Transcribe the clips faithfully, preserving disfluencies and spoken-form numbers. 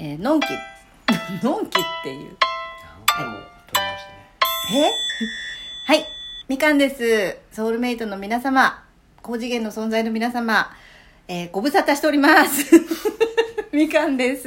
えー、のんきのんきっていう、 はい、もう撮りましたね。 えはいみかんです。ソウルメイトの皆様、高次元の存在の皆様、えー、ご無沙汰しておりますみかんです。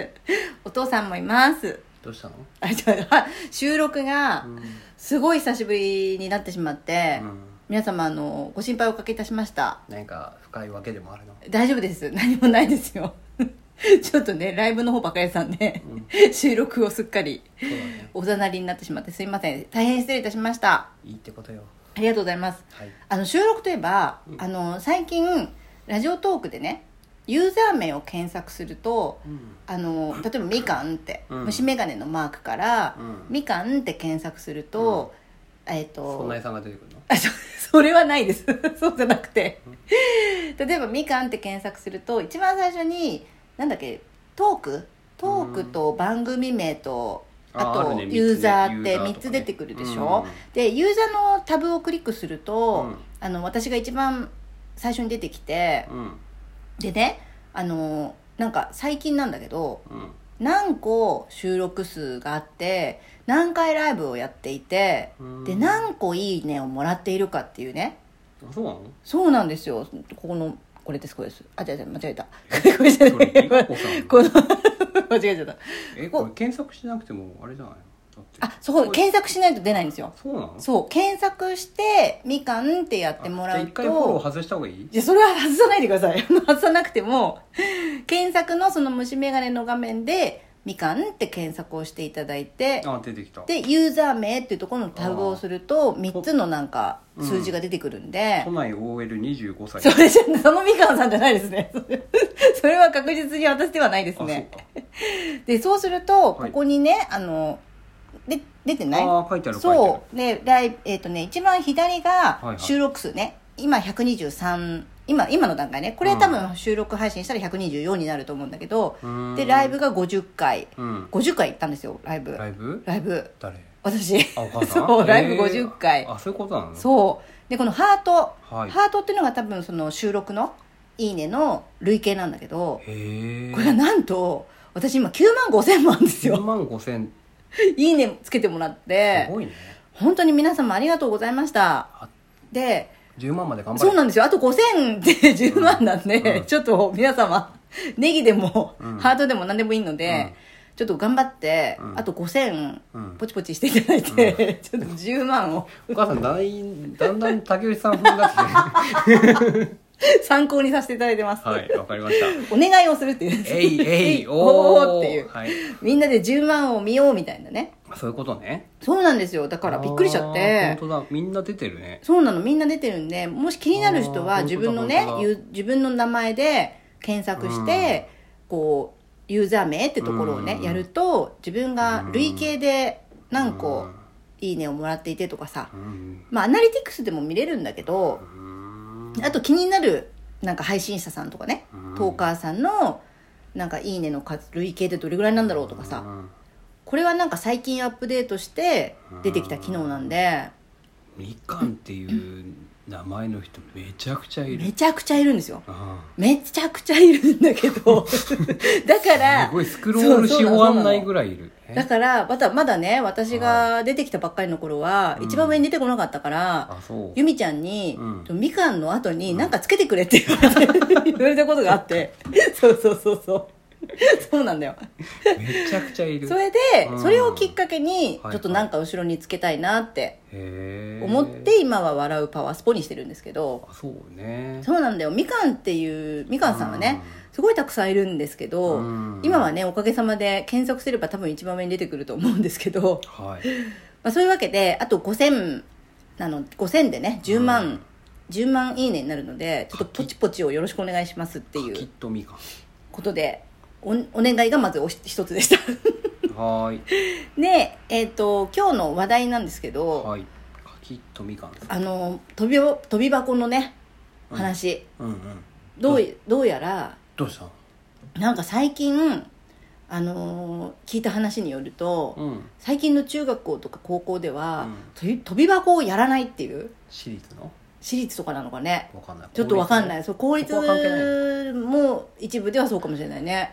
お父さんもいます。 どうしたの？ あじゃあ収録がすごい久しぶりになってしまって、うん、皆様あのご心配をおかけいたしました。 何か深いわけでもあるの？ 大丈夫です、何もないですよちょっとねライブの方ばかりさんで、うん、収録をすっかり、ね、おざなりになってしまってすいません、大変失礼いたしました。 いいってことよ。 ありがとうございます、はい、あの収録といえば、うん、あの最近ラジオトークでねユーザー名を検索すると、うん、あの例えばみかんって、うん、虫眼鏡のマークから、うん、みかんって検索すると、うん、えっ、ー、とそんなさんが出てくるの？ あ そ, それはないですそうじゃなくて、うん、例えばみかんって検索すると一番最初になんだっけトークトークと番組名と、うん、あとあ、ね、ユーザーってみっつ出てくるでしょ、ね、うん、でユーザーのタブをクリックすると、うん、あの私が一番最初に出てきて、うん、でねあのなんか最近なんだけど、うん、何個収録数があって何回ライブをやっていて、で何個いいねをもらっているかっていうね。 あ、そうなの？ そうなんですよ。ここのこれですこれです。あ、違う違う間違えた。これじゃない。この間違えちゃった。 え、これ検索しなくてもあれじゃないの？ あ、そう、検索しないと出ないんですよ。 そうなの？ そう、検索してみかんってやってもらうと。 じゃあ一回フォロー外した方がいい？ いや、それは外さないでください。外さなくても検索のその虫眼鏡の画面でみかんって検索をしていただいて、 あ、出てきた。でユーザー名っていうところのタブをするとみっつのなんか数字が出てくるんで、 うん、都内 オーエルにじゅうご 歳。 それじゃそのみかんさんじゃないですねそれは確実に私ではないですね。でそうするとここにね、はい、あので出てない？ あ、書いてある。 そうでライ、えーとね、一番左が収録数ね、はいはい、今ひゃくにじゅうさん、今今の段階ね、これ多分収録配信したらひゃくにじゅうよんになると思うんだけど、でライブがごじゅっかい、うん、ごじゅっかい行ったんですよライブ。 ライブ？ ライブ誰？ 私。 あ、お母さん？ そうライブごじゅっかい、 えー、あ、そういうことなの？ そうでこのハート、 はい、 ハートっていうのが多分その収録のいいねの累計なんだけど、 へこれがなんと私今きゅうまんごせんもあるんですよ。 きゅうまんごせんいいねつけてもらって、 すごいね。 本当に皆様ありがとうございました。でじゅうまんまで頑張る。 そうなんですよ。あとごせんでじゅうまんなんで、うん、ちょっと皆様ネギでも、うん、ハートでも何でもいいので、うん、ちょっと頑張って、うん、あとごせん、うん、ポチポチしていただいて、うん、ちょっとじゅうまんをお母さんだんだんだん竹内さん風になってきて参考にさせていただいてます。 はい、わかりました。 お願いをするっていう。 えいえいおーっていう、 はい、 みんなでじゅうまんを見ようみたいなね。 そういうことね。 そうなんですよ。だからびっくりしちゃって。 本当だ、みんな出てるね。 そうなの、みんな出てるんで、もし気になる人は自分のね自分の名前で検索して、うん、こうユーザー名ってところをね、うん、やると自分が累計で何個いいねをもらっていてとかさ、うん、まあアナリティクスでも見れるんだけど、うん、あと気になるなんか配信者さんとかね、うん、トーカーさんのなんかいいねの数累計でどれぐらいなんだろうとかさ、うん、これはなんか最近アップデートして出てきた機能なんで、 みかんっていう名前の人めちゃくちゃいる。 めちゃくちゃいるんですよ。めちゃくちゃいるんだけどだからすごいスクロールし終わんないぐらいいる。 だからまだまだね、私が出てきたばっかりの頃は、うん、一番上に出てこなかったから、 あ、そうゆみちゃんに、うん、みかんの後に何かつけてくれって言われて、うん、言われたことがあってそうそうそうそうそうなんだよめちゃくちゃいる。 それで、うん、それをきっかけにちょっとなんか後ろにつけたいなって思って今は笑うパワースポにしてるんですけど。 あ、そうね。 そうなんだよ。みかんっていうみかんさんはね、すごいたくさんいるんですけど、今はねおかげさまで検索すれば多分一番上に出てくると思うんですけど、 はい、 まあ、そういうわけであとごせんなのごせんでねじゅうまんじゅうまんいいねになるので、ちょっとポチポチをよろしくお願いしますっていうことで お, お願いがまずお一つでしたはいで、えーと、今日の話題なんですけど、 はい、かきっとみかん、 あの飛び飛び箱のね話、うんうんうん、どうどうやらどうしたの？ なんか最近あのー、聞いた話によると、うん、最近の中学校とか高校では、うん、飛び、飛び箱をやらないっていう。 私立の？ 私立とかなのかね。 わかんない。 ちょっとわかんない。そう公立も一部ではそうかもしれないね。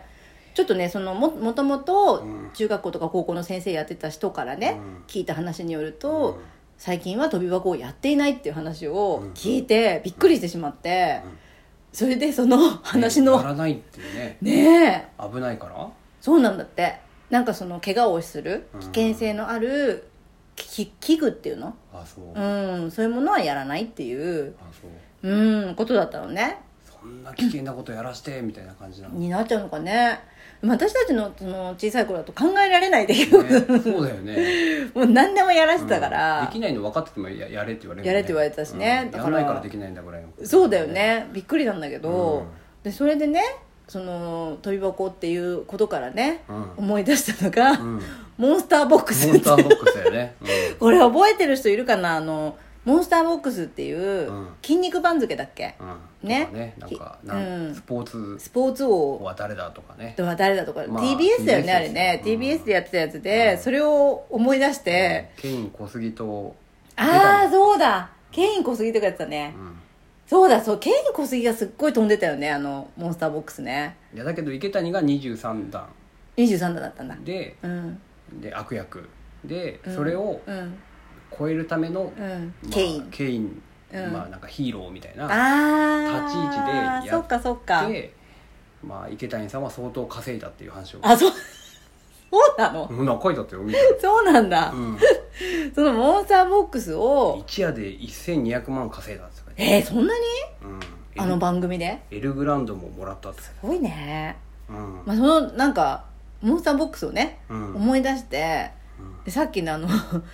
ちょっとねその も, もともとうん中学校とか高校の先生やってた人からね、 うん聞いた話によると、 うん最近は跳び箱をやっていないっていう話を聞いてびっくりしてしまって、 うんそれでその話の、 ねやらないっていうねねえ危ないからそうなんだって。なんかその怪我をするうん危険性のあるき器具っていうの、 あそう、 うん、そういうものはやらないっていうあそううんことだったのね。 そんな危険なことやらしてみたいな感じなの、ね、 になっちゃうのかね。私たちのその小さい頃だと考えられないできる、 そうだよねもう何でもやらせてたから、 うんできないの分かってても や, やれって言われるもんね、 やれって言われてたしねうんだからやらないからできないんだぐらいの、 そうだよねびっくりなんだけど、 うんでそれでねその跳び箱っていうことからね、 うん思い出したのが、 うんモンスターボックスモンスターボックスだよね、うんこれ覚えてる人いるかな。あのモンスターボックスっていううん筋肉番付だっけ、 うん、 ねとかねなんかきなんうんスポーツスポーツ王は誰だとかね、 は誰だとか、 まあティービーエス だよねティービーエスあれね、 ですよティービーエス でやってたやつで、 うんそれを思い出して、 ケイン小杉とああう、 そうだケイン小杉とかやってたね、 うん、 そうだそうケイン小杉がすっごい飛んでたよねあのモンスターボックスね。 いやだけど池谷がにじゅうさんだんにじゅうさんだんだったんだ。 でうんで悪役でうんそれをうん超えるための、 うんまあケインケイン、 うんまあなんかヒーローみたいなあ立ち位置でやってそっかそっかで、まあ、池谷さんは相当稼いだっていう話をあそうそうなの、 うんなんか書いてあったよ見たそうなんだ、 ら、うん、 そのモンスターボックスを一夜でせんにひゃくまん稼いだって書いてえー、そんなにある、うん、 あの番組でエルグランドももらったってすごいね、 うんまあ、そのなんかモンスターボックスをね、 うん思い出してうんでさっきのあの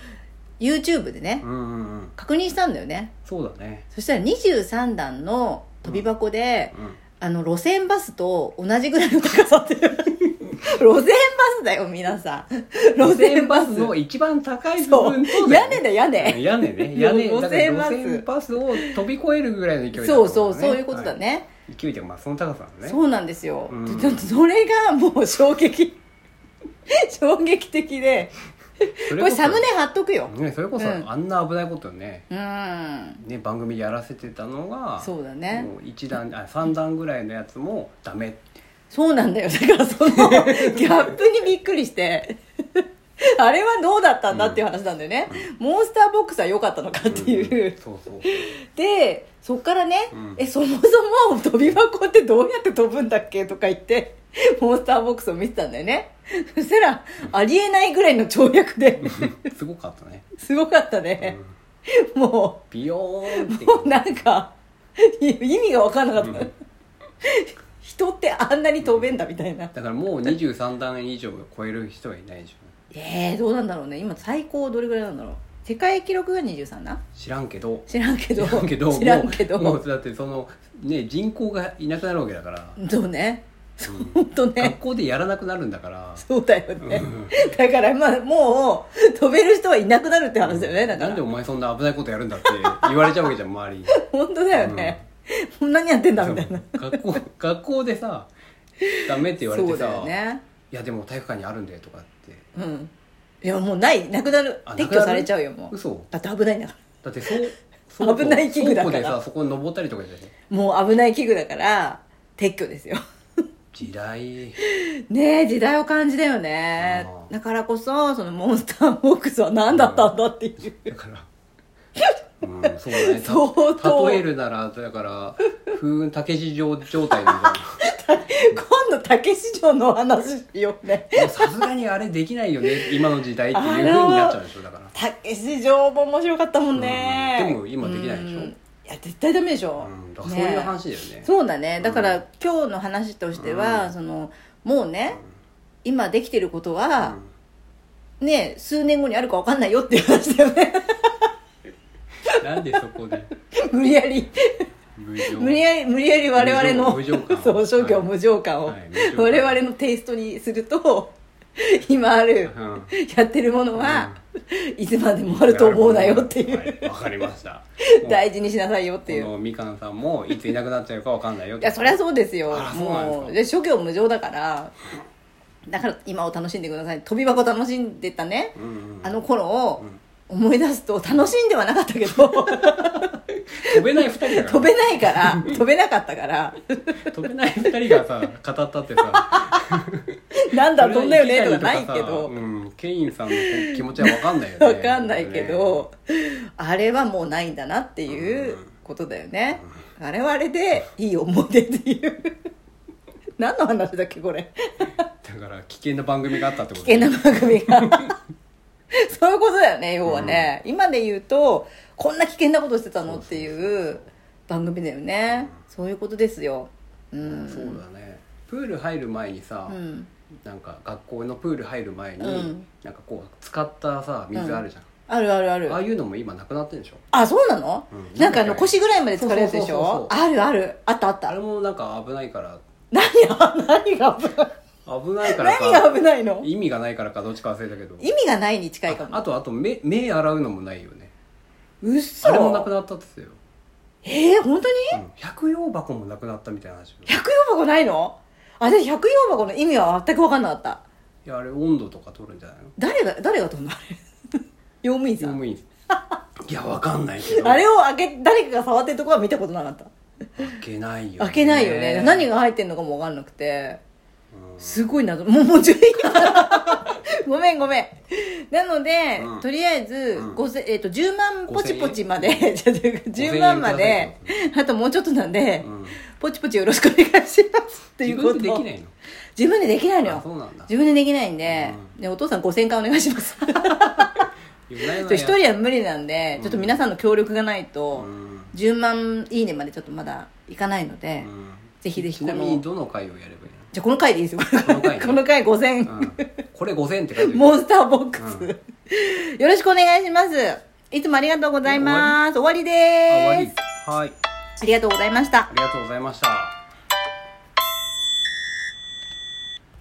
YouTube でねうんうんうん確認したんだよね。 そうだねそしたらにじゅうさんだんの跳び箱で、 うんあの路線バスと同じぐらいの高さっていう路線バスだよ皆さん路線バスの一番高い部そう分と屋根だ屋根屋根ね屋根路だから線バス路線バスを飛び越えるぐらいの勢いだったそうそうってことだねそういうことだね、 はい勢いでまあその高さなのねそうなんですよ、 うんちょっとそれがもう衝撃衝撃的でそこれサムネ貼っとくよ。 ねそれこそうんあんな危ないことをねうんね番組でやらせてたのがそうだねもう一段あさんだんぐらいのやつもダメそうなんだよだからそのギャップにびっくりしてあれはどうだったんだっていう話なんだよね、モンスターボックスは良かったのかっていう、 うんそうそうでそっからね、 うんえそもそも飛び箱ってどうやって飛ぶんだっけとか言ってモンスターボックスを見てたんだよね。そしたらありえないぐらいの跳躍ですごかったね、 すごかったねう、んもビヨーンってうもうなんか意味が分かんなかった、 うん人ってあんなに飛べんだみたいな。 だからもうにじゅうさんだん以上超える人はいないでしょえー、どうなんだろうね今最高どれぐらいなんだろう。世界記録がにじゅうさんだ知らんけど知らんけど知らんけど知らんけどもうもうだってそのね人口がいなくなるわけだから、 そうねうん本当ね学校でやらなくなるんだからそうだよね、 うんだからまあもう飛べる人はいなくなるって話だよね。だからなんでお前そんな危ないことやるんだって言われちゃうわけじゃん周りに本当だよね、こんなにやってんだみたいな。 学校学校でさダメって言われてそうさだよねいやでも体育館にあるんでとかってうんいやもうないなくなるあ撤去されちゃうよもう嘘だって危ないんだかだってそう倉庫危ない器具だから倉庫でさそこに登ったりとかでねらもう危ない器具だから撤去ですよ時代ねえ時代を感じだよねあーだからこそそのモンスターボックスは何だったんだっていう、 だからうんそうだねた相当例えるならだから風雲竹市場状態なんだ今度竹市場のお話しようねよさすがにあれできないよね今の時代っていう風になっちゃうでしょだから竹市場も面白かったもんね、 うんでも今できないでしょうんいや絶対ダメでしょ、 うんだからそういう話だよねそうだねだから、 うん今日の話としては、 うんそのもうね、今できてることは、ね数年後にあるか分かんないよっていう話だよねうんなんでそこで無理やり無情無理やり無理やり我々の無情無情感そう諸行無常感を、 はいはい無情感我々のテイストにすると今ある、 うんやってるものは、いつまでもあると思うなよっていう、 はいわかりました大事にしなさいよっていう。 このみかんさんもいついなくなっちゃうかわかんないよいやそりゃそうですよあらそうなんですかもうで諸行無常だからだから今を楽しんでください。飛び箱楽しんでたね、 うんうんあの頃を思い出すと楽しんではなかったけど飛べないふたりだから飛べないから飛べなかったから飛べないふたりがさ語ったってさなんだ飛んだよねとかないけど、 うん、ケインさんの気持ちは分かんないよね分かんないけど、ね、あれはもうないんだなっていうことだよね、うん、あれはあれでいい思い出っていう何の話だっけこれだから危険な番組があったってこと危険な番組がそういうことだよね要はね、うん、今で言うとこんな危険なことしてたのっていう番組だよね、うん、そういうことですよ、うん、 そうだね。プール入る前にさ、うん、なんか学校のプール入る前に、うん、なんかこう使ったさ水あるじゃん、うん、 あるあるある。 ああいうのも今なくなってるんでしょ。 あ、そうなの、うん、なんかあの腰ぐらいまで浸かるやつでしょ。あるある、あったあった。 あれもなんか危ないから。 何が何が危ない、 危ないからか、 何が危ないの。 意味がないからかどっちか忘れたけど、 意味がないに近いかも。 あ, あとあと 目, 目洗うのもないよね。 うっそ。 あれもなくなったって言ってたよ。えー、本当に、 うん、百葉箱もなくなったみたいな話。 百葉箱ないの。あ、私百葉箱の意味は全く分かんなかった。 いや、あれ温度とか取るんじゃないの。 誰が誰が取るのあれ用務員さん。 用務員いや、分かんないけどあれを開け誰かが触ってるところは見たことなかった。 開けないよね。 開けないよね。何が入ってんのかも分かんなくて、すごい謎。もうもうじゅういごめんごめん。なので、うん、とりあえず、うん、えー、とじゅうまんポチポチまでじゅうまんまであともうちょっとなんで、うん、ポチポチよろしくお願いしますっていうこと。 自分でできないの。 自分でできないのよ。 そうなんだ。 自分でできないんで、うん、でお父さんごせんかいお願いします一人は無理なんで、うん、ちょっと皆さんの協力がないと、うん、じゅうまんいいねまでちょっとまだいかないので、うん、ぜひぜひこの。 ちなみにどの回をやればいいの。 じゃあこの回でいいですよ。この回、ね、この回ごせん、うん、 これごせんって書いてる。 モンスターボックス、うん、よろしくお願いします。いつもありがとうございます。終わりです。 終わり。はい、 ありがとうございました。 ありがとうございました。